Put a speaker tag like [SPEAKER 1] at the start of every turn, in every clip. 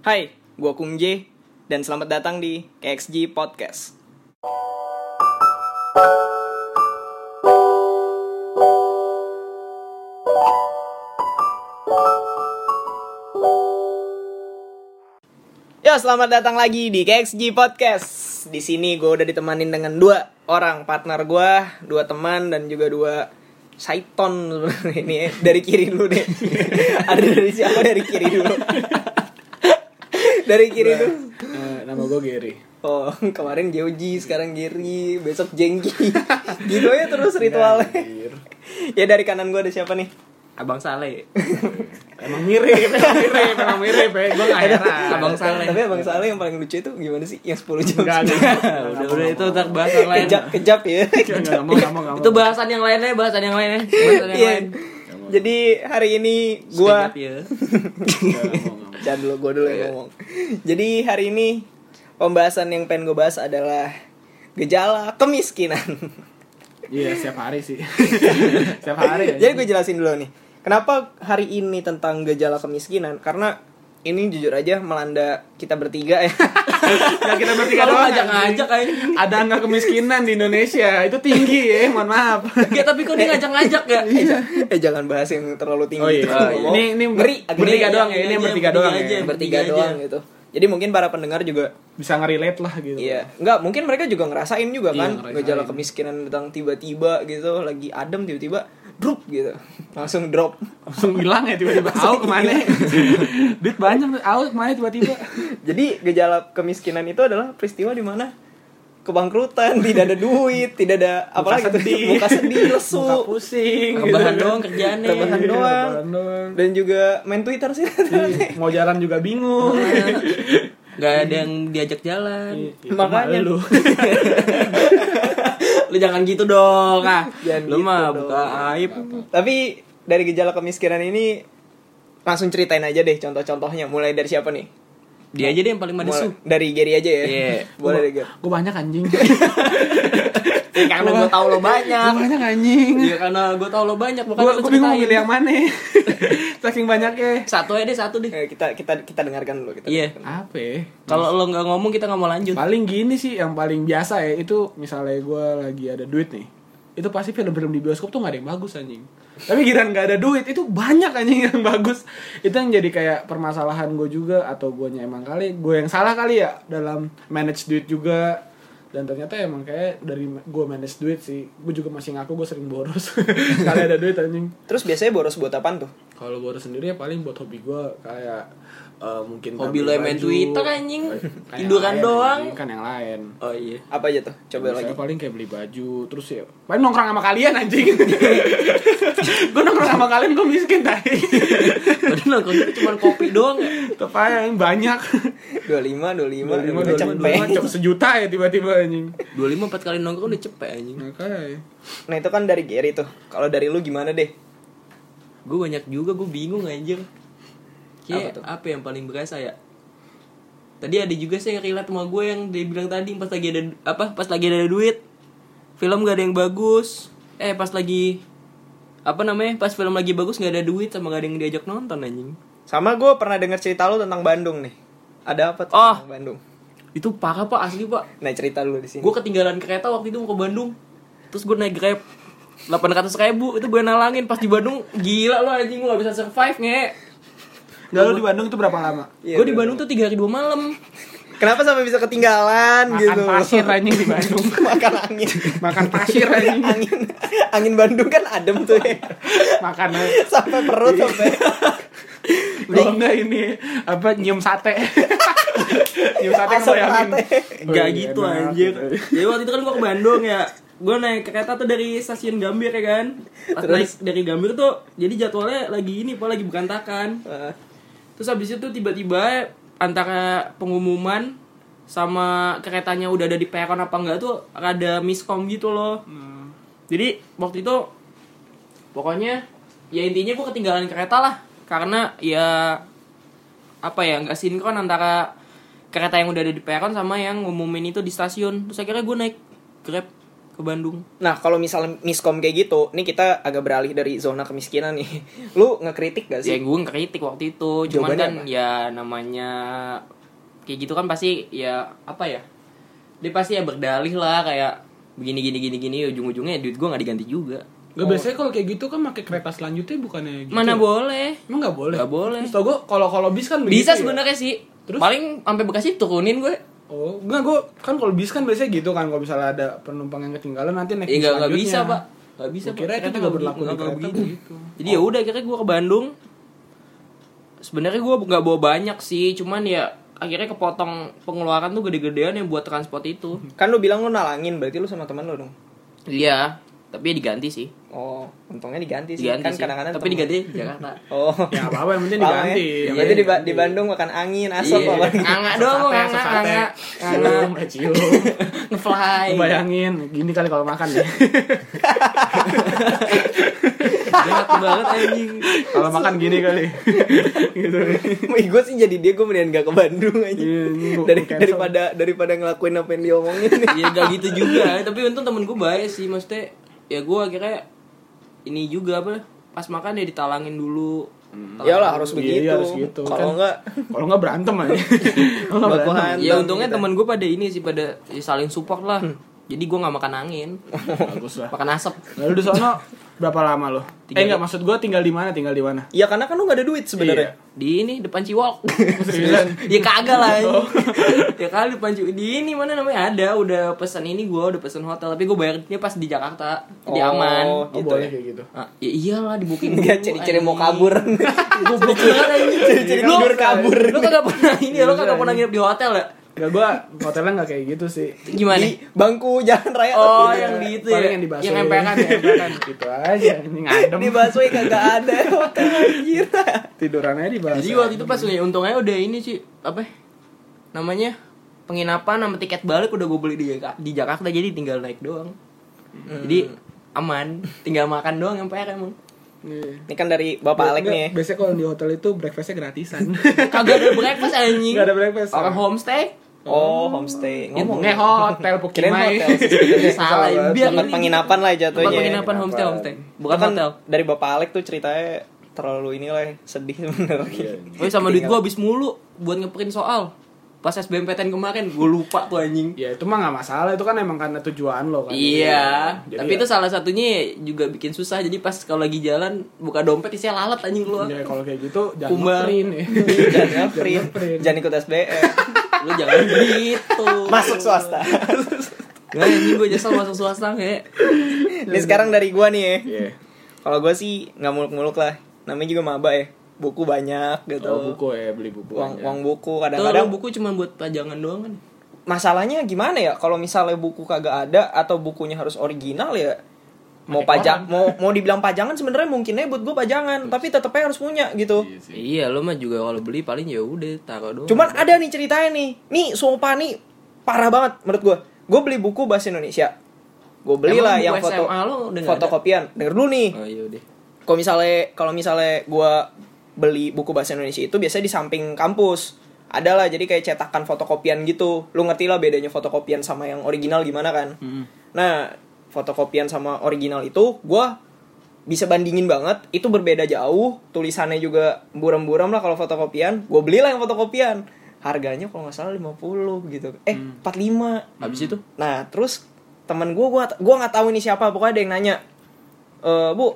[SPEAKER 1] Hai, gua Kung J dan selamat datang di KXG Podcast. Ya, selamat datang lagi di KXG Podcast. Di sini gue udah ditemanin dengan 2 orang partner gue, 2 teman dan juga 2 Saiton. Ini dari kiri dulu deh. Ada dari siapa dari kiri dulu? Dari kiri dulu.
[SPEAKER 2] Nama gue Gary.
[SPEAKER 1] Oh, kemarin Geoji, sekarang Gary, besok Jengki. Gitu ya terus ritualnya. Ya dari kanan gue ada siapa nih?
[SPEAKER 3] Abang Saleh.
[SPEAKER 2] Emang mirip. Gue gak heran.
[SPEAKER 3] Abang Saleh.
[SPEAKER 1] Tapi Abang Saleh yang paling lucu itu gimana sih? Yang 10 jam.
[SPEAKER 2] Enggak.
[SPEAKER 3] Udah itu tak bahasan lain.
[SPEAKER 1] Kejap ya.
[SPEAKER 2] Gak mau.
[SPEAKER 3] Itu bahasan yang lainnya.
[SPEAKER 1] Iya. Jadi hari ini gua
[SPEAKER 3] Sekejap ya.
[SPEAKER 1] jangan dulu gua dulu yang ngomong. Jadi hari ini pembahasan yang pengen gue bahas adalah gejala kemiskinan.
[SPEAKER 2] Iya, setiap hari sih. Setiap hari.
[SPEAKER 1] Jadi gue jelasin dulu nih. Kenapa hari ini tentang gejala kemiskinan? Karena ini jujur aja melanda kita bertiga ya.
[SPEAKER 2] Nah, kita bertiga
[SPEAKER 3] Kalau
[SPEAKER 2] doang
[SPEAKER 3] ngajak-ngajak aja.
[SPEAKER 2] ada angka kemiskinan di Indonesia. Itu tinggi ya, mohon maaf.
[SPEAKER 3] Ya tapi kok dia ngajak-ngajak ya?
[SPEAKER 1] Jangan bahas yang terlalu tinggi.
[SPEAKER 2] Oh iya.
[SPEAKER 1] Ngomong.
[SPEAKER 2] Ini
[SPEAKER 1] ngeri.
[SPEAKER 2] bertiga doang ya. Ini yang bertiga doang ya.
[SPEAKER 1] Bertiga doang gitu. Jadi mungkin para pendengar juga
[SPEAKER 2] Bisa nge-relate lah gitu.
[SPEAKER 1] iya, enggak mungkin mereka juga ngerasain juga kan
[SPEAKER 2] Iya, ngerasain.
[SPEAKER 1] gejala kemiskinan datang tiba-tiba gitu, lagi adem tiba-tiba drop gitu. Langsung drop.
[SPEAKER 2] Langsung hilang ya tiba-tiba. Au kemana? Duit banyak, au kemana tiba-tiba.
[SPEAKER 1] Jadi gejala kemiskinan itu adalah peristiwa di mana kebangkrutan, tidak ada duit, tidak ada apalagi tuh, muka sedih, lesu,
[SPEAKER 2] Muka pusing.
[SPEAKER 3] Rebahan doang kerjaannya.
[SPEAKER 1] rebahan
[SPEAKER 2] Iya,
[SPEAKER 1] doang.
[SPEAKER 2] rebahan doang.
[SPEAKER 1] Dan juga main Twitter sih.
[SPEAKER 2] Mau jalan juga bingung.
[SPEAKER 3] Gak ada yang diajak jalan.
[SPEAKER 1] Makanya.
[SPEAKER 2] lu.
[SPEAKER 3] Lu jangan gitu dong.
[SPEAKER 1] Jangan
[SPEAKER 3] Lu
[SPEAKER 1] gitu
[SPEAKER 3] mah
[SPEAKER 1] dong.
[SPEAKER 3] buka aib.
[SPEAKER 1] Tapi dari gejala kemiskinan ini langsung ceritain aja deh contoh-contohnya. Mulai dari siapa nih?
[SPEAKER 3] Dia aja deh yang paling madesu.
[SPEAKER 1] Dari Gary aja ya.
[SPEAKER 3] Iya.
[SPEAKER 1] Boleh deh, Gary.
[SPEAKER 2] Gue banyak anjing.
[SPEAKER 3] Karena gue tau lo banyak.
[SPEAKER 2] Gue banyak anjing.
[SPEAKER 3] Iya karena gue tau lo banyak. Makanya
[SPEAKER 2] Gue bingung milih yang mana. Saking banyaknya.
[SPEAKER 3] Satu aja deh.
[SPEAKER 1] Kita dengarkan dulu.
[SPEAKER 3] Iya.
[SPEAKER 2] Apa ya?
[SPEAKER 3] Kalau lo nggak ngomong kita nggak mau lanjut.
[SPEAKER 2] Paling gini sih yang paling biasa ya. Itu misalnya gue lagi ada duit nih. Itu pasti film-film di bioskop tuh gak ada yang bagus anjing. Tapi giliran gak ada duit itu banyak anjing yang bagus. Itu yang jadi kayak permasalahan gue juga. Atau gue emang kali gue yang salah kali ya dalam manage duit juga. Dan ternyata emang kayak dari gue manage duit sih. Gue juga masih ngaku gue sering boros. Kali ada duit anjing.
[SPEAKER 1] Terus biasanya boros buat apaan tuh?
[SPEAKER 2] Kalau boros sendiri ya paling buat hobi gue. Kayak mungkin
[SPEAKER 3] Hobi lo
[SPEAKER 2] tampil
[SPEAKER 3] main
[SPEAKER 2] baju.
[SPEAKER 3] Twitter anjing.
[SPEAKER 2] Kan yang
[SPEAKER 3] Tiduran
[SPEAKER 2] lain,
[SPEAKER 3] doang.
[SPEAKER 2] anjing, kan yang lain.
[SPEAKER 3] Oh iya.
[SPEAKER 1] Apa aja tuh? Coba
[SPEAKER 2] Saya
[SPEAKER 1] lagi.
[SPEAKER 2] paling kayak beli baju. Terus ya paling nongkrong sama kalian anjing. Gue nongkrong sama kalian gue miskin tadi.
[SPEAKER 3] Padahal nongkrong itu cuma kopi doang ya.
[SPEAKER 2] Tetep aja yang banyak.
[SPEAKER 1] 25
[SPEAKER 2] udah cepet sejuta ya tiba-tiba anjing.
[SPEAKER 3] 25 4 kali nongkrong udah cepet anjing.
[SPEAKER 2] Makanya.
[SPEAKER 1] Nah itu kan dari Gary tuh. Kalau dari lu gimana deh?
[SPEAKER 3] Gue banyak juga, gue bingung anjir. Kayak
[SPEAKER 1] Apa tuh?
[SPEAKER 3] apa yang paling berasa ya? Tadi ada juga sih yang relate sama gue yang dia bilang tadi pas lagi ada duit. Film gak ada yang bagus. Pas lagi pas film lagi bagus gak ada duit sama gak ada yang diajak nonton anjing.
[SPEAKER 1] Sama gue pernah dengar cerita lu tentang Bandung nih. Ada apa tuh
[SPEAKER 3] Oh.
[SPEAKER 1] tentang Bandung?
[SPEAKER 3] Itu parah Pak, asli Pak.
[SPEAKER 1] Nah cerita dulu di sini.
[SPEAKER 3] Gue ketinggalan kereta waktu itu mau ke Bandung. Terus gue naik Grab 800.000 itu gue nalangin pas di Bandung. Gila lo anjing, gue gak bisa survive nge.
[SPEAKER 2] Nggak, lu di Bandung tuh berapa lama?
[SPEAKER 1] Iya,
[SPEAKER 3] Gue di Bandung tuh 3 hari 2 malam.
[SPEAKER 1] Kenapa sampai bisa ketinggalan
[SPEAKER 2] Makan
[SPEAKER 1] gitu?
[SPEAKER 2] pasir anjing di Bandung.
[SPEAKER 1] Makan angin.
[SPEAKER 2] Makan pasir anjing.
[SPEAKER 1] angin Bandung kan adem tuh ya.
[SPEAKER 2] Makan
[SPEAKER 1] Sampai perut sampai.
[SPEAKER 2] Lo enggak ini apa nyium sate. Nyium sate
[SPEAKER 1] Asam
[SPEAKER 2] ngebayangin.
[SPEAKER 1] sate.
[SPEAKER 3] Gak
[SPEAKER 2] Oh, iya,
[SPEAKER 3] gitu
[SPEAKER 2] enak.
[SPEAKER 3] anjir. Jadi waktu itu kan gue ke Bandung ya. Gue naik kereta tuh dari stasiun Gambir ya kan. Pas naik dari Gambir tuh jadi jadwalnya lagi lagi berantakan. Terus habis itu tiba-tiba antara pengumuman sama keretanya udah ada di peron apa enggak tuh ada miskom gitu loh. Jadi waktu itu pokoknya ya intinya gue ketinggalan kereta lah. Karena ya nggak sinkron antara kereta yang udah ada di peron sama yang ngumumin itu di stasiun. Terus akhirnya gue naik Grab ke Bandung.
[SPEAKER 1] Nah, kalau misalnya miskom kayak gitu, nih kita agak beralih dari zona kemiskinan nih. Lu ngekritik gak
[SPEAKER 3] Ya
[SPEAKER 1] sih?
[SPEAKER 3] gue ngekritik waktu itu, cuman
[SPEAKER 1] Jawabannya
[SPEAKER 3] kan
[SPEAKER 1] apa?
[SPEAKER 3] ya namanya kayak gitu kan pasti ya apa ya? Dia pasti ya berdalih lah kayak begini ujung-ujungnya duit gue nggak diganti juga.
[SPEAKER 2] Gak biasanya kalau kayak gitu kan pakai kereta selanjutnya bukannya gitu.
[SPEAKER 3] Mana boleh?
[SPEAKER 2] Emang nggak boleh?
[SPEAKER 3] Nggak boleh.
[SPEAKER 2] Terus tau gue kalau bis kan begitu
[SPEAKER 3] Bisa
[SPEAKER 2] ya?
[SPEAKER 3] sebenarnya sih.
[SPEAKER 2] Terus?
[SPEAKER 3] Paling sampai Bekasi turunin gue.
[SPEAKER 2] Oh, enggak gue kan kalau bis kan biasanya gitu kan, kalau misalnya ada penumpang yang ketinggalan nanti naik bis
[SPEAKER 3] Nggak
[SPEAKER 2] selanjutnya.
[SPEAKER 3] bisa pak. Nggak bisa.
[SPEAKER 2] Gua kira
[SPEAKER 3] Pak.
[SPEAKER 2] itu
[SPEAKER 3] Kereta
[SPEAKER 2] juga
[SPEAKER 3] nggak
[SPEAKER 2] berlaku di
[SPEAKER 3] nggak
[SPEAKER 2] kereta
[SPEAKER 3] begitu.
[SPEAKER 2] gitu.
[SPEAKER 3] Jadi ya udah akhirnya gue ke Bandung. Sebenarnya gue nggak bawa banyak sih, cuman ya akhirnya kepotong pengeluaran tuh gede-gedean yang buat transport itu.
[SPEAKER 1] Kan lu bilang lu nalangin, berarti lu sama teman lu dong.
[SPEAKER 3] Iya, tapi ya diganti sih.
[SPEAKER 1] Oh, untungnya diganti sih.
[SPEAKER 3] Diganti
[SPEAKER 1] Kan
[SPEAKER 3] sih.
[SPEAKER 1] kadang-kadang
[SPEAKER 3] Tapi
[SPEAKER 1] temen.
[SPEAKER 3] diganti di Jakarta.
[SPEAKER 1] Oh.
[SPEAKER 2] Ya apa-apa yang penting
[SPEAKER 1] Lama
[SPEAKER 2] diganti.
[SPEAKER 1] ya?
[SPEAKER 2] Yang
[SPEAKER 1] Berarti
[SPEAKER 2] penting
[SPEAKER 1] di Bandung makan angin, asap
[SPEAKER 3] Iya.
[SPEAKER 1] apa gitu.
[SPEAKER 3] Angga dong, angga.
[SPEAKER 2] Cium, cium.
[SPEAKER 3] Ngefly.
[SPEAKER 2] Lu bayangin, gini kali kalau makan deh.
[SPEAKER 3] Jahat banget anjing.
[SPEAKER 2] Kalau makan gini kali. Gitu.
[SPEAKER 1] Gue sih jadi dia, gue mendingan gak ke Bandung aja.
[SPEAKER 2] Iya, gua cancel.
[SPEAKER 1] daripada ngelakuin apa yang dia omongin nih.
[SPEAKER 3] Ya gak gitu juga, tapi untung temen gue baik sih, maksudnya ya gue akhirnya ini juga apa pas makan ya ditalangin dulu.
[SPEAKER 1] Iyalah harus
[SPEAKER 2] Iya,
[SPEAKER 1] begitu.
[SPEAKER 2] harus gitu.
[SPEAKER 1] Kalau
[SPEAKER 2] Kan-
[SPEAKER 1] enggak
[SPEAKER 2] Kalau nggak berantem aja. Kalau nggak
[SPEAKER 1] Baku
[SPEAKER 2] berantem.
[SPEAKER 1] hantam
[SPEAKER 3] Ya untungnya
[SPEAKER 1] kita.
[SPEAKER 3] temen gue pada ini sih, pada ya, saling support lah. Jadi gue gak makan angin,
[SPEAKER 2] Bagus lah.
[SPEAKER 3] makan asap.
[SPEAKER 2] Lalu di sono berapa lama lo?
[SPEAKER 3] 3
[SPEAKER 2] Enggak, maksud gue tinggal di mana?
[SPEAKER 1] Iya karena kan lu gak ada duit sebenarnya.
[SPEAKER 3] Di ini depan Ciwok.
[SPEAKER 2] Seriusan?
[SPEAKER 3] Ya kagak lah. Ya kali depan Ciwok. Di ini mana namanya ada udah pesan ini, gue udah pesan hotel, tapi gue bayarnya pas di Jakarta. Jadi aman.
[SPEAKER 2] Oh,
[SPEAKER 1] Gitu
[SPEAKER 2] boleh
[SPEAKER 1] ya.
[SPEAKER 2] kayak gitu.
[SPEAKER 3] Ah, ya iyalah di booking
[SPEAKER 1] Enggak ciri-ciri mau kabur.
[SPEAKER 3] Goblok banget anjing.
[SPEAKER 1] Ciri-ciri
[SPEAKER 3] Lu-
[SPEAKER 1] tidur kabur.
[SPEAKER 3] Lu kagak pernah ini ya, lu kagak pernah nginep di hotel ya?
[SPEAKER 2] Enggak, gue hotelnya nggak kayak gitu sih.
[SPEAKER 3] Gimana?
[SPEAKER 1] Di bangku jalan raya.
[SPEAKER 3] Oh,
[SPEAKER 1] Iya.
[SPEAKER 3] yang di itu
[SPEAKER 2] Paling
[SPEAKER 3] ya.
[SPEAKER 2] yang di bakso.
[SPEAKER 3] Yang emperan ya, emperan.
[SPEAKER 2] Gitu aja. Ini ngadem.
[SPEAKER 1] Di Baswe kagak ada hotel anjir.
[SPEAKER 2] Tidurannya di bakso.
[SPEAKER 3] Jadi waktu itu pas ya untungnya udah ini sih apa? Namanya penginapan sama tiket balik udah gue beli di Jakarta, jadi tinggal naik doang. Jadi aman, tinggal makan doang yang PR emang.
[SPEAKER 2] Iya.
[SPEAKER 1] Ini kan dari Bapak Alek nih ya.
[SPEAKER 2] Biasanya kalau di hotel itu breakfastnya gratisan.
[SPEAKER 3] Kagak ada breakfast anjing.
[SPEAKER 2] Nggak ada breakfast.
[SPEAKER 3] Orang homestay.
[SPEAKER 1] Oh, homestay.
[SPEAKER 2] Ngomongnya hotel
[SPEAKER 1] Kirain
[SPEAKER 2] Pokimai.
[SPEAKER 1] hotel sih.
[SPEAKER 3] Salah ya. Biar
[SPEAKER 1] Tempat penginapan lah
[SPEAKER 3] tempat
[SPEAKER 1] jatuhnya.
[SPEAKER 3] penginapan homestay. Bukan
[SPEAKER 1] Bahkan
[SPEAKER 3] hotel.
[SPEAKER 1] dari Bapak Alek tuh ceritanya terlalu inilah sedih sebenarnya.
[SPEAKER 3] Oh sama duit gua habis mulu buat ngeprint soal. Pas SBMPTN kemarin gue lupa tuh anjing.
[SPEAKER 2] Ya itu mah nggak masalah, itu kan emang karena tujuan lo kan.
[SPEAKER 3] Iya,
[SPEAKER 2] Jadi
[SPEAKER 3] tapi
[SPEAKER 2] ya-
[SPEAKER 3] itu salah satunya juga bikin susah. Jadi pas kalau lagi jalan buka dompet isinya lalat anjing keluar.
[SPEAKER 2] Ya kalau kayak gitu jangan
[SPEAKER 3] Kumbar.
[SPEAKER 2] ngeprint ya.
[SPEAKER 1] Jangan nge-print, jangan ikut SBM.
[SPEAKER 3] Lu jangan gitu.
[SPEAKER 1] Masuk swasta.
[SPEAKER 3] Nggak anjing gue nyesel masuk swasta kayak.
[SPEAKER 1] Ini sekarang dari gua nih ya.
[SPEAKER 2] Iya.
[SPEAKER 1] Kalau gua sih nggak muluk-muluk lah. Namanya juga maba ya. Buku banyak gitu.
[SPEAKER 2] Oh, buku ya, beli buku.
[SPEAKER 1] Uang,
[SPEAKER 2] aja.
[SPEAKER 1] uang buku
[SPEAKER 3] Tuh
[SPEAKER 1] kadang-kadang
[SPEAKER 3] buku cuma buat pajangan doang kan.
[SPEAKER 1] masalahnya gimana ya kalau misalnya buku kagak ada atau bukunya harus original ya mau
[SPEAKER 2] Pakai
[SPEAKER 1] pajang mau dibilang pajangan sebenarnya mungkinnya buat gue pajangan tapi tetepnya harus punya gitu.
[SPEAKER 2] Iya sih.
[SPEAKER 3] Iya, lo mah juga kalau beli paling ya udah taruh doang.
[SPEAKER 1] Cuman ada nih ceritanya nih sumpah nih parah banget menurut gue beli buku bahasa Indonesia, gue belilah
[SPEAKER 3] Emang
[SPEAKER 1] yang
[SPEAKER 3] buku
[SPEAKER 1] foto
[SPEAKER 3] SMA lo udah nggak
[SPEAKER 1] fotokopian. Denger dulu nih,
[SPEAKER 3] Oh iya udah.
[SPEAKER 1] kalau misalnya gue beli buku bahasa Indonesia itu biasanya di samping kampus ada lah, jadi kayak cetakan fotokopian gitu. Lu ngerti lah bedanya fotokopian sama yang original gimana kan. Nah fotokopian sama original itu gue bisa bandingin banget, itu berbeda jauh, tulisannya juga buram-buram lah kalau fotokopian. Gue belilah yang fotokopian, harganya kalau nggak salah 50 gitu, 45.
[SPEAKER 3] Habis itu
[SPEAKER 1] Nah terus temen gue nggak tahu ini siapa, pokoknya ada yang nanya, Bu,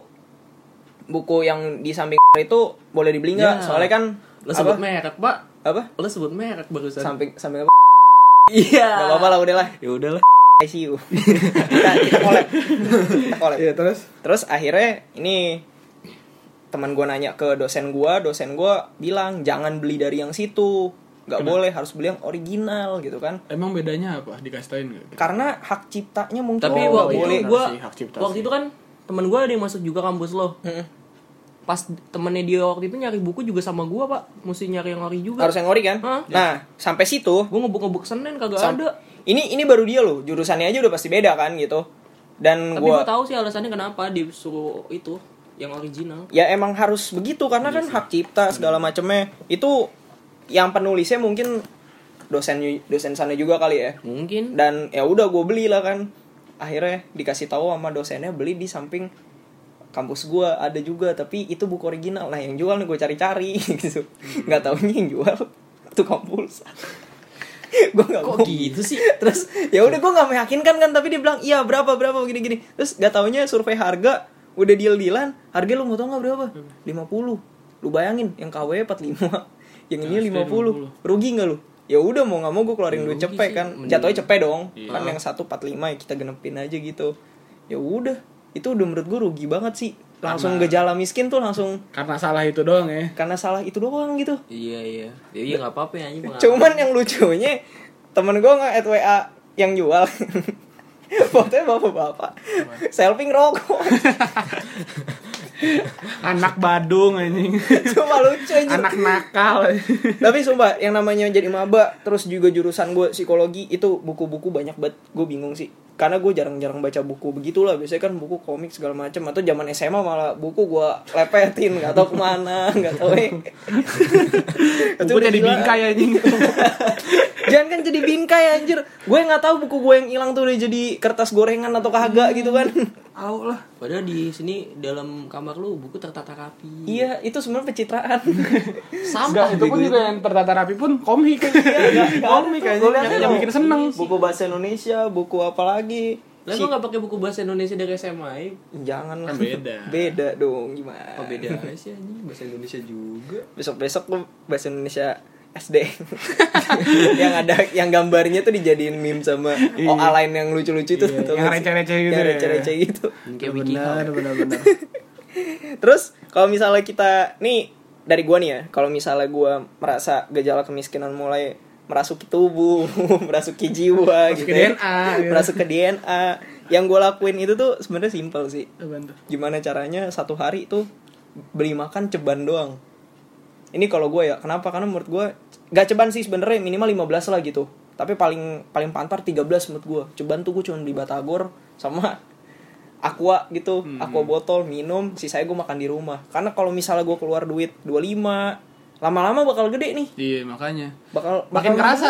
[SPEAKER 1] buku yang di samping itu boleh dibeli nggak?
[SPEAKER 3] Ya.
[SPEAKER 1] Soalnya kan
[SPEAKER 3] lo sebut merek, Pak.
[SPEAKER 1] apa?
[SPEAKER 3] Lo sebut merek barusan.
[SPEAKER 1] Samping apa?
[SPEAKER 3] Iya.
[SPEAKER 1] Gak apa-apa lah, udahlah.
[SPEAKER 3] Ya udahlah.
[SPEAKER 1] ICU. kita collab. Kita collab.
[SPEAKER 2] Iya,
[SPEAKER 1] Terus akhirnya ini teman gue nanya ke dosen gue bilang jangan beli dari yang situ, nggak boleh, harus beli yang original gitu kan.
[SPEAKER 2] Emang bedanya apa? Dikasih tauin nggak?
[SPEAKER 1] Karena hak ciptanya mungkin
[SPEAKER 3] Tapi
[SPEAKER 1] nggak
[SPEAKER 3] waktu
[SPEAKER 1] boleh.
[SPEAKER 3] itu gue
[SPEAKER 2] sih, hak cipta
[SPEAKER 3] waktu
[SPEAKER 2] sih.
[SPEAKER 3] itu kan temen gue ada yang masuk juga kampus lo. Pas temennya dia waktu itu nyari buku juga sama gue, Pak. Mesti nyari yang ori juga.
[SPEAKER 1] Harus yang ori kan?
[SPEAKER 3] Hah?
[SPEAKER 1] Nah, sampai situ
[SPEAKER 3] Gue ngebuk-ngebuk Senin kagak
[SPEAKER 1] Sam-
[SPEAKER 3] ada.
[SPEAKER 1] ini baru dia loh, jurusannya aja udah pasti beda kan gitu. Dan
[SPEAKER 3] Tapi gue tahu sih alasannya kenapa disuruh itu yang original.
[SPEAKER 1] ya emang harus begitu karena kan hak cipta segala macemnya. Itu yang penulisnya mungkin dosen sana juga kali ya.
[SPEAKER 3] Mungkin.
[SPEAKER 1] Dan ya udah gue beli lah kan. akhirnya dikasih tahu sama dosennya beli di samping kampus gue ada juga, tapi itu buku original. Nah yang jual nih gue cari-cari gitu, nggak taunya yang jual tukang pulsa. Gue nggak
[SPEAKER 3] Kok gitu sih?
[SPEAKER 1] Terus ya udah gue nggak meyakinkan kan, tapi dia bilang iya berapa gini. Terus nggak taunya survei harga udah deal-dealan, harga lu nggak tau nggak berapa? 50. Lu bayangin yang KW 45, yang ini 50. Rugi nggak lu? Ya udah mau nggak mau gue keluarin duit cepet kan, jatuhnya cepet dong. Kan yang 145 ya kita genepin aja gitu. Ya udah, itu udah menurut gue rugi banget sih. Langsung gejala miskin tuh langsung
[SPEAKER 2] Karena salah itu doang ya.
[SPEAKER 1] karena salah itu doang gitu.
[SPEAKER 3] Iya nggak apa-apa ya anjing.
[SPEAKER 1] Cuman yang lucunya temen gue nge-add WA yang jual fotonya bapak-bapak selfie ngerokok.
[SPEAKER 2] Anak Badung anjing.
[SPEAKER 1] Cuma lucu aja.
[SPEAKER 2] Anak nakal.
[SPEAKER 1] Tapi sumpah yang namanya jadi maba, terus juga jurusan gue psikologi, itu buku-buku banyak banget. Gue bingung sih, karena gue jarang-jarang baca buku begitulah. Biasanya kan buku komik segala macam, atau zaman SMA malah buku gue lepetin nggak tahu kemana, nggak tahu.
[SPEAKER 2] Buku jadi bingkai anjing.
[SPEAKER 1] Jangan kan jadi bingkai anjir. Gue nggak tahu buku gue yang hilang tuh udah jadi kertas gorengan atau kagak gitu kan.
[SPEAKER 2] Au lah.
[SPEAKER 3] Padahal di sini dalam kamar lu buku tertata rapi.
[SPEAKER 1] Iya, itu sebenarnya pencitraan.
[SPEAKER 3] Sampah
[SPEAKER 2] Itu pun juga yang tertata rapi pun komik kan. Komik
[SPEAKER 1] Gue
[SPEAKER 2] anjing
[SPEAKER 1] liat
[SPEAKER 2] yang bikin seneng.
[SPEAKER 1] Buku bahasa Indonesia, buku apa lagi?
[SPEAKER 3] Lah lu enggak pakai buku bahasa Indonesia dari SMA?
[SPEAKER 1] Jangan lah.
[SPEAKER 2] Kan beda.
[SPEAKER 1] Beda dong, gimana?
[SPEAKER 3] Oh beda sih anjing, bahasa Indonesia juga.
[SPEAKER 1] Besok-besok gue bahasa Indonesia SD. Yang ada yang gambarnya tuh dijadiin meme sama OA lain yang lucu-lucu itu.
[SPEAKER 2] Iya, yang receh-receh gitu.
[SPEAKER 1] Yang
[SPEAKER 2] ya.
[SPEAKER 1] receh-receh gitu.
[SPEAKER 3] Kayak WikiHow.
[SPEAKER 2] Benar.
[SPEAKER 1] Terus kalau misalnya kita nih dari gua nih ya, kalau misalnya gua merasa gejala kemiskinan mulai merasuki tubuh, merasuki jiwa
[SPEAKER 2] Masuk
[SPEAKER 1] gitu.
[SPEAKER 2] ke
[SPEAKER 1] ya.
[SPEAKER 2] DNA, gitu.
[SPEAKER 1] Merasuk ke DNA. Yang gua lakuin itu tuh sebenarnya simpel sih.
[SPEAKER 2] Apaan tuh?
[SPEAKER 1] Gimana caranya satu hari tuh beli makan ceban doang. Ini kalau gue ya, kenapa? Karena menurut gue gak ceban sih sebenarnya, minimal 15 lah gitu. Tapi paling pantar 13 menurut gue. Ceban tuh gue cuma beli batagor sama aqua gitu, aqua botol, minum, sisanya gue makan di rumah. Karena kalau misalnya gue keluar duit 25, lama-lama bakal gede nih.
[SPEAKER 2] Iya, makanya.
[SPEAKER 1] Makin kerasa.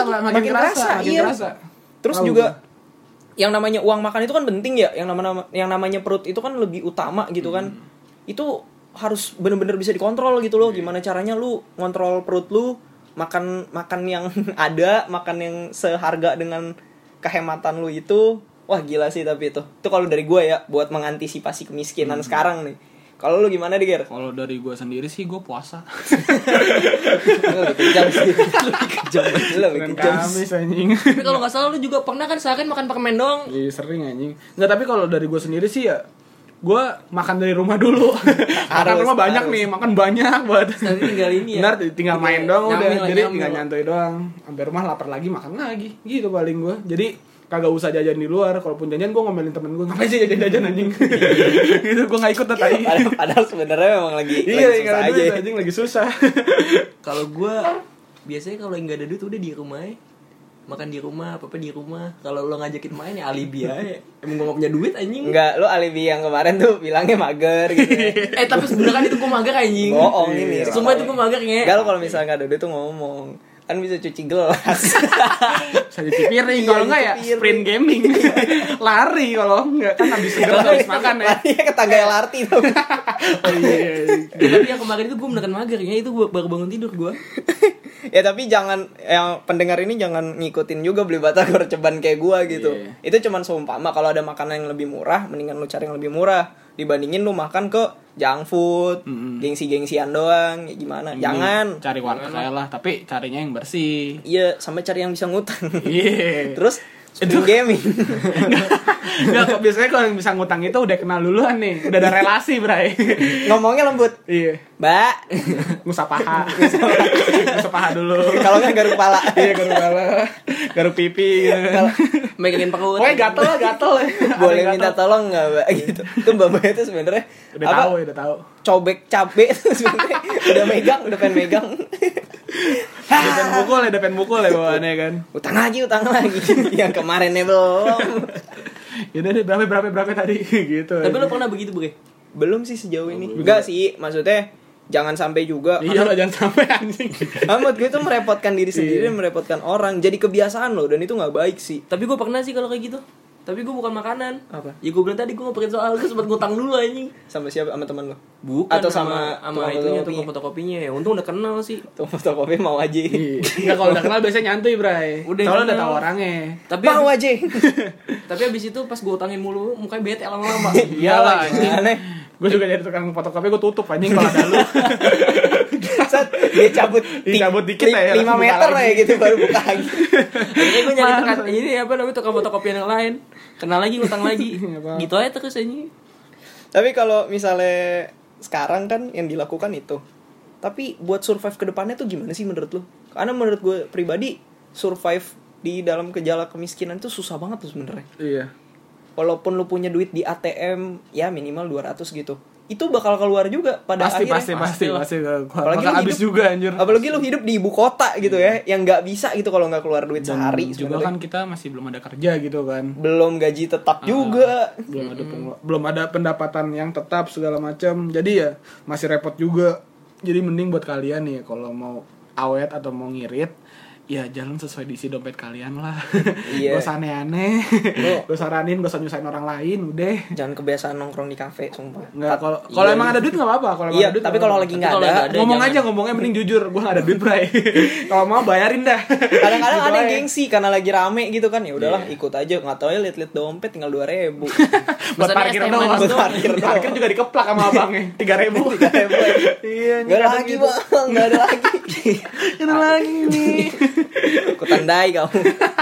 [SPEAKER 1] Terus
[SPEAKER 2] Tahu
[SPEAKER 1] juga yang namanya uang makan itu kan penting ya, yang namanya perut itu kan lebih utama gitu kan. Itu harus bener-bener bisa dikontrol gitu loh. Gimana caranya lu ngontrol perut lu, makan yang ada, makan yang seharga dengan kehematan lu itu. Wah gila sih. Tapi itu kalau dari gue ya, buat mengantisipasi kemiskinan sekarang nih. Kalau lu gimana deh, Ger?
[SPEAKER 2] Kalau dari gue sendiri sih gue puasa.
[SPEAKER 1] Lebih kejam sih. Lebih kejam.
[SPEAKER 2] Kamis anjing.
[SPEAKER 3] Tapi kalau enggak salah lu juga pernah kan sehari makan permen doang.
[SPEAKER 2] Iya sering anjing. Enggak, tapi kalau dari gue sendiri sih ya gue makan dari rumah dulu. Makan rumah banyak nih, makan banyak buat.
[SPEAKER 3] Nanti tinggal ini ya.
[SPEAKER 2] Benar, tinggal main doang udah.
[SPEAKER 3] Nyamil lah,
[SPEAKER 2] Jadi
[SPEAKER 3] nyamil.
[SPEAKER 2] tinggal nyantai doang. Sampai rumah lapar lagi makan lagi. Gitu paling gue. Jadi kagak usah jajan di luar. Kalaupun jajan gue ngomelin temen gue, ngapain sih jajan anjing. Gitu gue nggak ikut tai.
[SPEAKER 1] Padahal sebenarnya memang lagi
[SPEAKER 2] Iya,
[SPEAKER 1] susah aja.
[SPEAKER 2] duit, anjing lagi susah.
[SPEAKER 3] Kalau gua biasanya kalau enggak ada duit udah di rumah ya. Makan di rumah, apa di rumah. Kalau lo ngajakin main ya alibi aja. Emang gua enggak punya duit anjing.
[SPEAKER 1] Enggak, lu alibi yang kemarin tuh bilangnya mager gitu.
[SPEAKER 3] Tapi sebenarnya kan itu gua mager anjing.
[SPEAKER 1] Bohong ini.
[SPEAKER 3] Semua itu gua mager nge.
[SPEAKER 1] Enggak, lu kalau misalnya enggak ada duit tuh ngomong. Kan bisa cuci gelas.
[SPEAKER 2] Bisa cuci piring.
[SPEAKER 1] Iya,
[SPEAKER 2] Kalau enggak ya
[SPEAKER 1] cuci piring.
[SPEAKER 2] sprint gaming. Lari kalau enggak kan habis seger habis makan ya.
[SPEAKER 1] Larinya ke tangga LRT tuh.
[SPEAKER 2] Oh, iya.
[SPEAKER 3] Tapi yang kemarin itu gua beneran mager ya. Itu gua baru bangun tidur gua.
[SPEAKER 1] Ya tapi jangan, yang pendengar ini jangan ngikutin juga beli batagor ceban kayak gua gitu.
[SPEAKER 2] Iya.
[SPEAKER 1] Itu cuman seumpama kalau ada makanan yang lebih murah, mendingan lu cari yang lebih murah dibandingin lu makan ke junk food, gengsi-gengsian doang. Ya gimana? Jangan.
[SPEAKER 2] Cari warteg aja lah, tapi carinya yang bersih.
[SPEAKER 1] Iya, sama cari yang bisa ngutang.
[SPEAKER 2] Iya.
[SPEAKER 1] Terus itu gaming.
[SPEAKER 2] Enggak, kok biasanya kalau yang bisa ngutang itu udah kenal duluan nih, udah ada relasi, Bray.
[SPEAKER 1] Ngomongnya lembut.
[SPEAKER 2] Iya.
[SPEAKER 1] Mbak,
[SPEAKER 2] Ngusap paha. Ngusap paha dulu.
[SPEAKER 1] kalau nggak garuk kepala.
[SPEAKER 2] Iya, garuk kepala, garuk pipi gitu.
[SPEAKER 1] Kalau
[SPEAKER 3] Megangin perut.
[SPEAKER 2] Pokoknya gatel.
[SPEAKER 1] boleh minta tolong nggak mbak gitu. Tuh mbak itu sebenarnya
[SPEAKER 2] Udah tahu.
[SPEAKER 1] Cobek cabe itu sebenarnya udah pengen megang.
[SPEAKER 2] Udah pengen mukul ya bawaannya kan.
[SPEAKER 1] Utang lagi. Yang kemarinnya belum.
[SPEAKER 2] Yaudah deh, berapa tadi gitu.
[SPEAKER 3] Tapi lo pernah begitu, Bre?
[SPEAKER 1] Belum sih sejauh ini. Enggak sih, maksudnya jangan sampai juga.
[SPEAKER 2] Iya lah, jangan sampai anjing.
[SPEAKER 1] Amat gue tuh merepotkan diri sendiri,
[SPEAKER 2] Iya.
[SPEAKER 1] merepotkan orang. Jadi kebiasaan loh, dan itu nggak baik sih.
[SPEAKER 3] Tapi gua pernah sih kalau kayak gitu. Tapi gue bukan makanan.
[SPEAKER 1] Apa?
[SPEAKER 3] Ya gue bilang tadi gue ngoperin soal, gue sempat ngutang dulu anjing.
[SPEAKER 1] Sama siapa? Sama teman lo?
[SPEAKER 3] Bukan,
[SPEAKER 1] Atau sama tukang
[SPEAKER 3] itunya,
[SPEAKER 1] fotokopinya?
[SPEAKER 3] tukang fotokopinya. Ya, untung udah kenal sih.
[SPEAKER 1] Tuh fotokopi mau aja.
[SPEAKER 2] Enggak, kalau udah kenal biasanya nyantuy, Bray.
[SPEAKER 3] Udah
[SPEAKER 2] Soalnya udah
[SPEAKER 3] kenal.
[SPEAKER 2] tahu orangnya.
[SPEAKER 3] Tapi
[SPEAKER 1] Mau
[SPEAKER 3] abis,
[SPEAKER 1] aja.
[SPEAKER 3] tapi abis itu pas gue utangin mulu, mukanya bete lama-lama.
[SPEAKER 2] Iyalah, anjing.
[SPEAKER 1] Gimana?
[SPEAKER 2] Gue juga jadi tukang fotokopi, gue tutup anjing kalau ada lu.
[SPEAKER 1] Set, dia cabut
[SPEAKER 2] Cabut dikit ya,
[SPEAKER 1] 5
[SPEAKER 2] langsung buka
[SPEAKER 1] meter
[SPEAKER 2] lagi.
[SPEAKER 1] ya gitu baru buka lagi.
[SPEAKER 3] Akhirnya gue nyari tekan ini apa namanya tukang fotokopi yang lain. Kenal lagi, utang lagi.
[SPEAKER 2] Apa?
[SPEAKER 3] Gitu aja terus anjing.
[SPEAKER 1] Tapi kalau misalnya sekarang kan yang dilakukan itu. Tapi buat survive ke depannya tuh gimana sih menurut lu? Karena menurut gue pribadi survive di dalam gejala kemiskinan itu susah banget tuh sebenarnya.
[SPEAKER 2] Iya.
[SPEAKER 1] Walaupun lu punya duit di ATM ya minimal 200 gitu. Itu bakal keluar juga pada
[SPEAKER 2] Pasti
[SPEAKER 1] akhirnya.
[SPEAKER 2] Apalagi
[SPEAKER 1] lu
[SPEAKER 2] habis
[SPEAKER 1] hidup-
[SPEAKER 2] juga anjir.
[SPEAKER 1] Apalagi lu hidup di ibu kota gitu ya, yang nggak bisa gitu kalau nggak keluar duit
[SPEAKER 2] Dan
[SPEAKER 1] sehari
[SPEAKER 2] juga
[SPEAKER 1] sebenarnya.
[SPEAKER 2] kan kita masih belum ada kerja gitu kan.
[SPEAKER 1] Belum gaji tetap juga.
[SPEAKER 2] Belum ada pendapatan yang tetap segala macam. Jadi ya masih repot juga. Jadi mending buat kalian nih kalau mau awet atau mau ngirit, ya jalan sesuai diisi dompet kalian lah.
[SPEAKER 1] Iya.
[SPEAKER 2] Gak usah aneh-aneh.
[SPEAKER 1] Lu-
[SPEAKER 2] Gak usah saranin, gak usah nyusahin orang lain, udah.
[SPEAKER 1] Jangan kebiasaan nongkrong di kafe, sumpah.
[SPEAKER 2] Nggak, kalau emang ada duit nggak apa-apa. Kalau emang
[SPEAKER 1] Iya,
[SPEAKER 2] ada duit
[SPEAKER 1] tapi
[SPEAKER 2] nggak
[SPEAKER 1] kalau
[SPEAKER 2] apa-apa.
[SPEAKER 1] lagi nggak
[SPEAKER 3] Tapi kalau
[SPEAKER 1] ada,
[SPEAKER 3] nggak ada,
[SPEAKER 2] ngomong
[SPEAKER 3] jangan.
[SPEAKER 2] aja, ngomongnya mending jujur. Gue nggak ada duit, Bray. Kalau mau bayarin dah.
[SPEAKER 1] kadang-kadang
[SPEAKER 2] Gitu
[SPEAKER 1] ada yang
[SPEAKER 2] aja.
[SPEAKER 1] gengsi karena lagi rame gitu kan, ya udahlah
[SPEAKER 2] Iya.
[SPEAKER 1] ikut aja. Nggak tahu ya lihat-lihat dompet tinggal 2.000.
[SPEAKER 2] Buat
[SPEAKER 3] Pesannya
[SPEAKER 2] parkir
[SPEAKER 3] es teh
[SPEAKER 2] doang.
[SPEAKER 3] manis
[SPEAKER 2] Buat
[SPEAKER 3] doang.
[SPEAKER 2] parkir doang. Parkir juga dikeplak sama abangnya. 3.000.
[SPEAKER 1] 3.000.
[SPEAKER 2] Iya,
[SPEAKER 1] Nggak lagi bang, nggak ada lagi.
[SPEAKER 2] Ada lagi nih.
[SPEAKER 1] Ikutan dai kamu.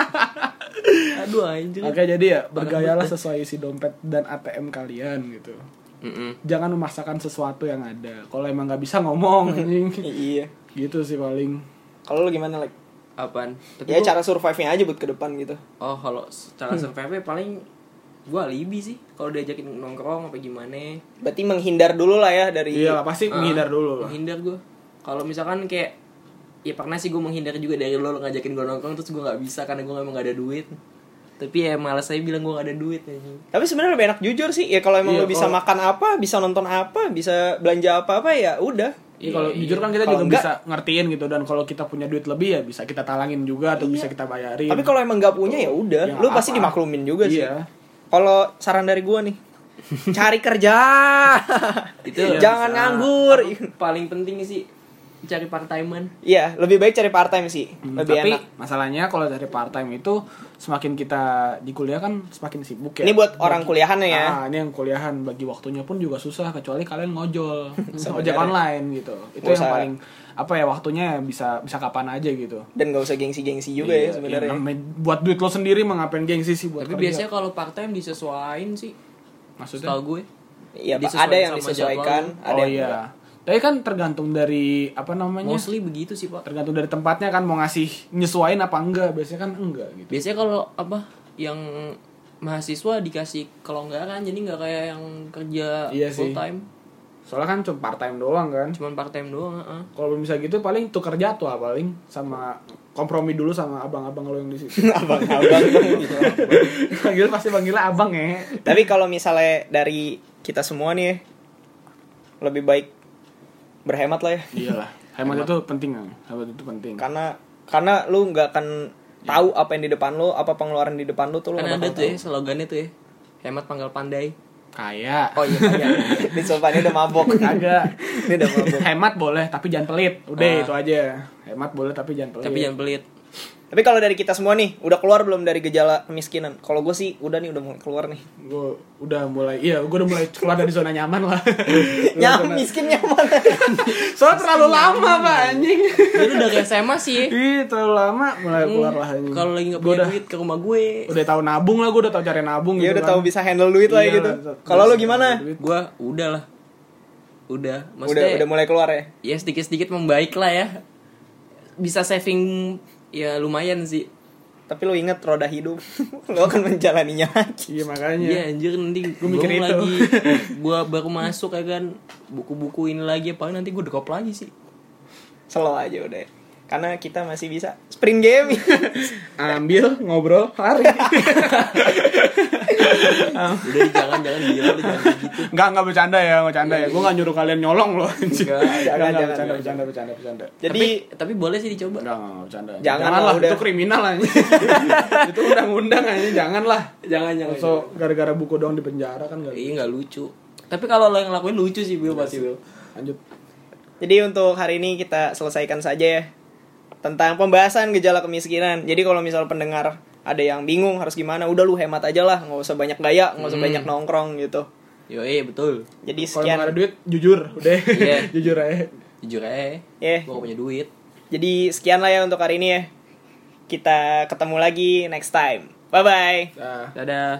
[SPEAKER 3] Aduh anjir.
[SPEAKER 2] Oke, jadi ya bergayalah sesuai isi dompet dan ATM kalian gitu. Jangan memaksakan sesuatu yang ada. Kalau emang nggak bisa ngomong, anjing.
[SPEAKER 1] Iya.
[SPEAKER 2] Gitu sih paling.
[SPEAKER 1] Kalau lu gimana like?
[SPEAKER 3] Apaan? Tapi
[SPEAKER 1] Ya
[SPEAKER 3] gua-
[SPEAKER 1] cara survive-nya aja buat ke depan gitu.
[SPEAKER 3] Oh, kalau cara survive paling gua alibi sih. Kalau diajakin nongkrong apa gimana.
[SPEAKER 1] Berarti menghindar dulu lah ya dari.
[SPEAKER 2] Iya lah, pasti menghindar dulu lah.
[SPEAKER 3] Menghindar gua. Kalau misalkan kayak ya pernah sih gue menghindar juga dari lo ngajakin gue nongkrong terus gue nggak bisa karena gue emang gak ada duit. Tapi ya malas saya bilang gue gak ada duit anjing.
[SPEAKER 1] Tapi sebenarnya lebih enak jujur sih. Ya kalau emang
[SPEAKER 2] Iya,
[SPEAKER 1] lu bisa
[SPEAKER 2] kalau-
[SPEAKER 1] makan apa, bisa nonton apa, bisa belanja apa-apa ya udah.
[SPEAKER 2] Iya, kalau
[SPEAKER 3] Iya,
[SPEAKER 2] jujur kan kita
[SPEAKER 1] Kalau
[SPEAKER 2] juga
[SPEAKER 1] enggak-
[SPEAKER 2] bisa ngertiin gitu, dan kalau kita punya duit lebih ya bisa kita talangin juga atau bisa kita bayarin.
[SPEAKER 1] Tapi kalau emang nggak punya ya udah,
[SPEAKER 2] Ya,
[SPEAKER 1] lu pasti
[SPEAKER 2] apa?
[SPEAKER 1] dimaklumin juga sih.
[SPEAKER 2] Iya.
[SPEAKER 1] Kalau saran dari gua nih, cari kerja.
[SPEAKER 3] Itu
[SPEAKER 1] Jangan
[SPEAKER 2] bisa.
[SPEAKER 1] nganggur.
[SPEAKER 3] paling penting sih cari part timean.
[SPEAKER 1] Iya, lebih baik cari part time sih. Lebih
[SPEAKER 2] Tapi
[SPEAKER 1] enak.
[SPEAKER 2] masalahnya kalau dari part time itu semakin kita di kuliah kan semakin sibuk ya.
[SPEAKER 1] Ini buat orang kuliahan ya.
[SPEAKER 2] Ini yang kuliahan bagi waktunya pun juga susah kecuali kalian ngojol, ojek
[SPEAKER 1] Sebenarnya.
[SPEAKER 2] online gitu. Itu
[SPEAKER 1] Nggak
[SPEAKER 2] yang
[SPEAKER 1] usah-
[SPEAKER 2] paling apa ya, waktunya bisa kapan aja gitu.
[SPEAKER 1] Dan gak usah gengsi-gengsi juga ya sebenarnya.
[SPEAKER 2] namanya buat duit lo sendiri mah ngapain gengsi sih buat
[SPEAKER 3] Tapi
[SPEAKER 2] kerja.
[SPEAKER 3] biasanya kalau part time disesuaiin sih.
[SPEAKER 2] Maksudnya
[SPEAKER 3] Setahu gue.
[SPEAKER 1] Iya, Pak,
[SPEAKER 3] Disesuaikan
[SPEAKER 1] ada yang
[SPEAKER 3] sama
[SPEAKER 1] disesuaikan,
[SPEAKER 3] jadwal.
[SPEAKER 1] ada
[SPEAKER 2] oh
[SPEAKER 1] yang
[SPEAKER 2] iya.
[SPEAKER 1] enggak.
[SPEAKER 2] Tapi kan tergantung dari apa namanya?
[SPEAKER 3] Mostly begitu sih, Pak.
[SPEAKER 2] Tergantung dari tempatnya kan, mau ngasih nyesuain apa enggak. Biasanya kan enggak gitu.
[SPEAKER 3] Biasanya kalau apa yang mahasiswa dikasih kelonggaran jadi nggak kayak yang kerja
[SPEAKER 2] Iya
[SPEAKER 3] full
[SPEAKER 2] sih.
[SPEAKER 3] time.
[SPEAKER 2] Soalnya kan cuma part time doang kan.
[SPEAKER 3] Cuman part time doang,
[SPEAKER 2] Kalau bisa gitu paling tuker jadwal paling sama kompromi dulu sama abang-abang lo yang di situ.
[SPEAKER 1] Abang-abang dong.
[SPEAKER 2] Panggil pasti panggilnya abang ya.
[SPEAKER 1] Tapi kalau misalnya dari kita semua nih ya, lebih baik berhemat lah ya.
[SPEAKER 2] Iyalah, hemat itu penting kan. Hemat itu penting.
[SPEAKER 1] Karena lu nggak akan tahu apa yang di depan lu, apa pengeluaran di depan lu tuh lu
[SPEAKER 3] Kan
[SPEAKER 1] nggak
[SPEAKER 3] ada
[SPEAKER 1] bakal
[SPEAKER 3] tuh ya
[SPEAKER 1] tahu.
[SPEAKER 3] slogannya tuh ya. Hemat pangkal pandai.
[SPEAKER 2] Kayak
[SPEAKER 1] Oh iya, iya. Di sofa ini udah mabok.
[SPEAKER 2] agak
[SPEAKER 1] Ini udah mabok.
[SPEAKER 2] hemat boleh tapi jangan pelit. Udah
[SPEAKER 3] Ah.
[SPEAKER 2] itu aja. Hemat boleh tapi jangan pelit.
[SPEAKER 3] Tapi jangan pelit.
[SPEAKER 1] Tapi kalau dari kita semua nih, udah keluar belum dari gejala kemiskinan? Kalau gue sih udah nih, udah mulai keluar nih.
[SPEAKER 2] Gue udah mulai keluar dari zona nyaman lah.
[SPEAKER 1] Miskin nyaman.
[SPEAKER 2] Soalnya terlalu lama pak anjing.
[SPEAKER 3] Jadi udah kayak SMA sih.
[SPEAKER 2] Ih terlalu lama mulai keluar lah anjing.
[SPEAKER 3] Kalau lagi nggak
[SPEAKER 2] Gua
[SPEAKER 3] punya
[SPEAKER 2] udah
[SPEAKER 3] duit ke rumah gue.
[SPEAKER 2] udah tahu nabung lah, gue udah tahu cara nabung.
[SPEAKER 1] Ya
[SPEAKER 2] gitu
[SPEAKER 1] udah
[SPEAKER 2] kan.
[SPEAKER 1] tahu bisa handle duit lah
[SPEAKER 2] Iya
[SPEAKER 1] gitu.
[SPEAKER 2] lah,
[SPEAKER 1] Kalau lu
[SPEAKER 2] bisa
[SPEAKER 1] gimana?
[SPEAKER 2] handle duit.
[SPEAKER 3] Gue udah lah. Udah. Maksudnya
[SPEAKER 1] Udah mulai keluar ya.
[SPEAKER 3] ya sedikit-sedikit membaik lah ya. Bisa saving ya lumayan sih.
[SPEAKER 1] Tapi lu inget roda hidup, lu akan menjalaninya lagi.
[SPEAKER 2] Iya makanya.
[SPEAKER 3] Iya anjir nanti
[SPEAKER 2] Gua mikir
[SPEAKER 3] belum
[SPEAKER 2] itu.
[SPEAKER 3] lagi gua baru masuk ya kan buku-buku ini lagi paling nanti gue drop lagi sih.
[SPEAKER 1] Slow aja udah. Karena kita masih bisa sprint game.
[SPEAKER 2] Ambil ngobrol hari.
[SPEAKER 3] Udah jangan gila lu jangan gitu.
[SPEAKER 2] Enggak bercanda ya. Gue enggak nyuruh kalian nyolong loh.
[SPEAKER 3] Jangan.
[SPEAKER 2] Bercanda.
[SPEAKER 1] Jadi
[SPEAKER 3] Tapi boleh sih dicoba.
[SPEAKER 2] Enggak bercanda.
[SPEAKER 1] Janganlah, udah.
[SPEAKER 2] Itu kriminal aja. Itu undang-undang aja, janganlah.
[SPEAKER 3] Jangan.
[SPEAKER 2] So gara-gara buku doang di penjara kan enggak.
[SPEAKER 3] Iya enggak lucu. Tapi kalau lo yang ngelakuin lucu sih Bil pasti Bil.
[SPEAKER 2] Lanjut.
[SPEAKER 1] Jadi untuk hari ini kita selesaikan saja ya tentang pembahasan gejala kemiskinan. Jadi kalau misal pendengar ada yang bingung harus gimana, udah lu hemat aja lah, nggak usah banyak gaya, nggak usah banyak nongkrong gitu.
[SPEAKER 3] Yoi betul.
[SPEAKER 1] Jadi
[SPEAKER 2] Kalau
[SPEAKER 1] sekian.
[SPEAKER 2] nggak ada duit, jujur, udah.
[SPEAKER 3] Iya.
[SPEAKER 2] Jujur aja.
[SPEAKER 3] Jujur aja.
[SPEAKER 1] Yeah.
[SPEAKER 3] Gua gak punya duit.
[SPEAKER 1] Jadi sekian lah ya untuk hari ini ya. Kita ketemu lagi next time. Bye bye.
[SPEAKER 2] Nah.
[SPEAKER 3] Dadah.